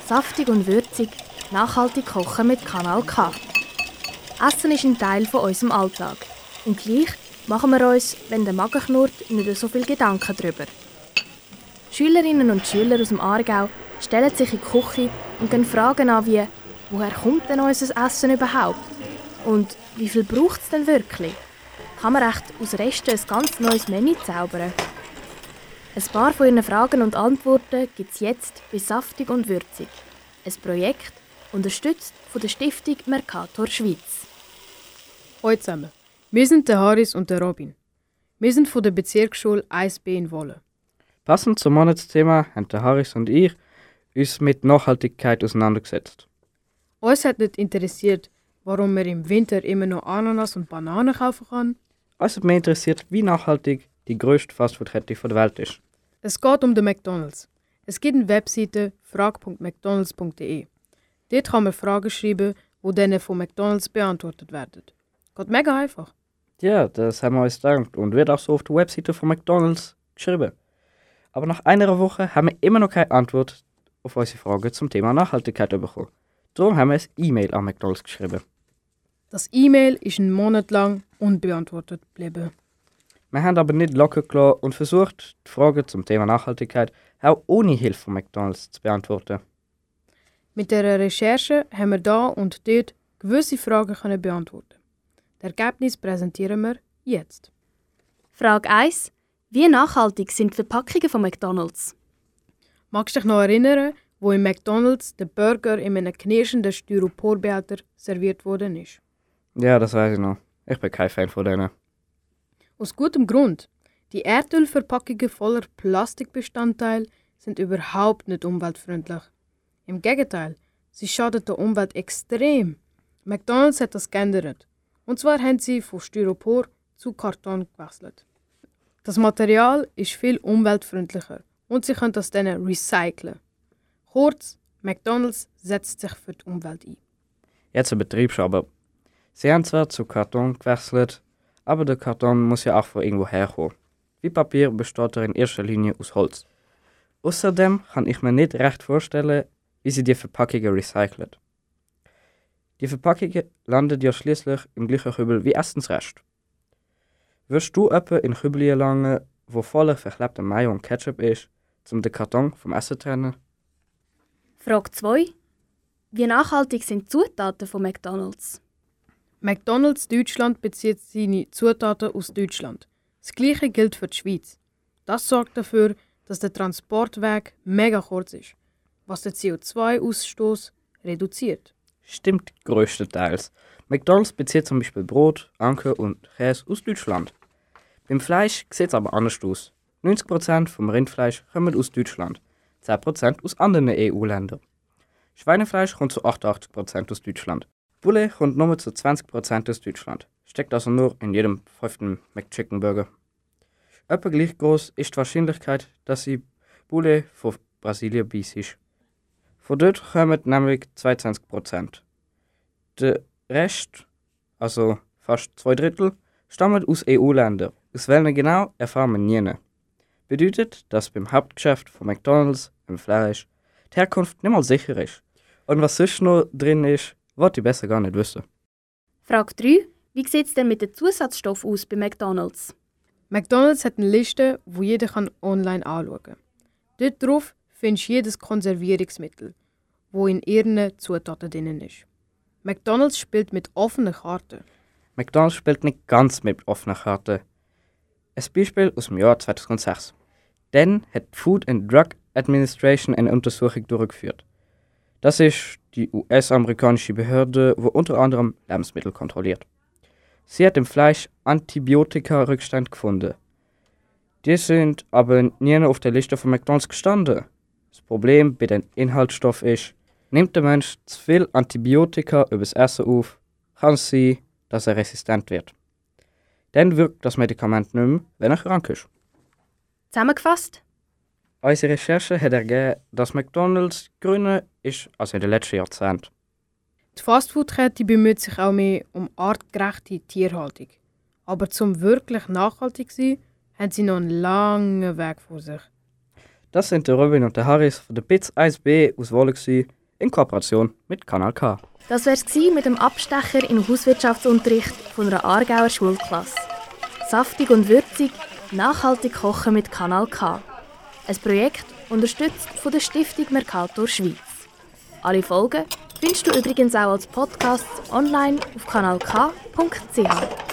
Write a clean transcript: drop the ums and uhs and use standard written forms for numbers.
Saftig und würzig, nachhaltig kochen mit Kanal K. Essen ist ein Teil von unserem Alltag. Und gleich machen wir uns, wenn der Magen knurrt, nicht so viel Gedanken darüber. Schülerinnen und Schüler aus dem Aargau stellen sich in die Küche und gehen Fragen an wie «Woher kommt denn unser Essen überhaupt?» und «Wie viel braucht es denn wirklich?» Kann man echt aus Resten ein ganz neues Menü zaubern? Ein paar von Ihren Fragen und Antworten gibt es jetzt bei Saftig und Würzig. Ein Projekt, unterstützt von der Stiftung Mercator Schweiz. Hallo zusammen, wir sind der Haris und der Robin. Wir sind von der Bezirksschule 1b in Wolle. Passend zum Monatsthema haben der Haris und ich uns mit Nachhaltigkeit auseinandergesetzt. Uns hat nicht interessiert, warum man im Winter immer noch Ananas und Bananen kaufen kann. Uns hat mich interessiert, wie nachhaltig die grösste Fastfood-Kette der Welt ist. Es geht um den McDonald's. Es gibt eine Webseite frag.mcdonalds.de. Dort kann man Fragen schreiben, die dann von McDonald's beantwortet werden. Geht mega einfach. Ja, das haben wir uns gedacht und wird auch so auf der Webseite von McDonald's geschrieben. Aber nach einer Woche haben wir immer noch keine Antwort auf unsere Frage zum Thema Nachhaltigkeit bekommen. Darum haben wir ein E-Mail an McDonald's geschrieben. Das E-Mail ist einen Monat lang unbeantwortet geblieben. Wir haben aber nicht locker gelassen und versucht, die Fragen zum Thema Nachhaltigkeit auch ohne Hilfe von McDonald's zu beantworten. Mit der Recherche haben wir da und dort gewisse Fragen können beantworten. Das Ergebnis präsentieren wir jetzt. Frage 1. Wie nachhaltig sind die Verpackungen von McDonald's? Magst du dich noch erinnern, wo im McDonald's der Burger in einem knirschenden Styroporbehälter serviert worden ist? Ja, das weiß ich noch. Ich bin kein Fan von denen. Aus gutem Grund. Die Erdölverpackungen voller Plastikbestandteile sind überhaupt nicht umweltfreundlich. Im Gegenteil, sie schaden der Umwelt extrem. McDonald's hat das geändert. Und zwar haben sie von Styropor zu Karton gewechselt. Das Material ist viel umweltfreundlicher und sie können das dann recyceln. Kurz, McDonald's setzt sich für die Umwelt ein. Jetzt übertreibst du aber. Sie haben zwar zu Karton gewechselt, aber der Karton muss ja auch von irgendwo herkommen. Wie Papier besteht er in erster Linie aus Holz. Außerdem kann ich mir nicht recht vorstellen, wie sie die Verpackungen recyceln. Die Verpackungen landen ja schließlich im gleichen Kübel wie Essensrest. Wirst du etwa in Kübel langen, wo voller verklebter Mayo und Ketchup ist, um den Karton vom Essen zu trennen? Frage 2. Wie nachhaltig sind die Zutaten von McDonald's? McDonald's Deutschland bezieht seine Zutaten aus Deutschland. Das Gleiche gilt für die Schweiz. Das sorgt dafür, dass der Transportweg mega kurz ist, was den CO2-Ausstoß reduziert. Stimmt größtenteils. McDonald's bezieht zum Beispiel Brot, Anker und Käse aus Deutschland. Beim Fleisch sieht es aber anders aus. 90% vom Rindfleisch kommt aus Deutschland, 10% aus anderen EU-Ländern. Schweinefleisch kommt zu 88% aus Deutschland. Bulle kommt nur zu 20% aus Deutschland. Steckt also nur in jedem 5. McChicken Burger. Etwa gleich groß ist die Wahrscheinlichkeit, dass die Bulle von Brasilien ist. Von dort kommen nämlich 22%. Der Rest, also fast 2/3, stammt aus EU-Ländern. Aus welchen genau, erfahren wir nie. Bedeutet, dass beim Hauptgeschäft von McDonald's, im Fleisch, die Herkunft nicht mal sicher ist. Und was sonst noch drin ist, wollte ich besser gar nicht wissen. Frage 3. Wie sieht es denn mit den Zusatzstoffen aus bei McDonald's? McDonald's hat eine Liste, die jeder online anschauen kann. Dort drauf findest du jedes Konservierungsmittel, wo in ihren Zutaten drin ist. McDonald's spielt mit offenen Karten. McDonald's spielt nicht ganz mit offenen Karten. Ein Beispiel aus dem Jahr 2006. Dann hat die Food and Drug Administration eine Untersuchung durchgeführt. Das ist die US-amerikanische Behörde, die unter anderem Lebensmittel kontrolliert. Sie hat im Fleisch Antibiotika-Rückstand gefunden. Die sind aber nie auf der Liste von McDonald's gestanden. Das Problem bei den Inhaltsstoffen ist, nimmt der Mensch zu viel Antibiotika übers Essen auf, kann es sein, dass er resistent wird. Dann wirkt das Medikament nicht mehr, wenn er krank ist. Zusammengefasst? Unsere Recherche hat ergeben, dass McDonald's grüner ist als in den letzten Jahrzehnten. Die Fastfood-Kette bemüht sich auch mehr um artgerechte Tierhaltung. Aber zum wirklich nachhaltig zu sein, haben sie noch einen langen Weg vor sich. Das sind der Robin und der Harris von der BITS 1b aus Wolle in Kooperation mit Kanal K. Das wär's mit dem Abstecher im Hauswirtschaftsunterricht von einer Aargauer Schulklasse. Saftig und würzig, nachhaltig kochen mit Kanal K. Ein Projekt unterstützt von der Stiftung Mercator Schweiz. Alle Folgen findest du übrigens auch als Podcast online auf kanalk.ch.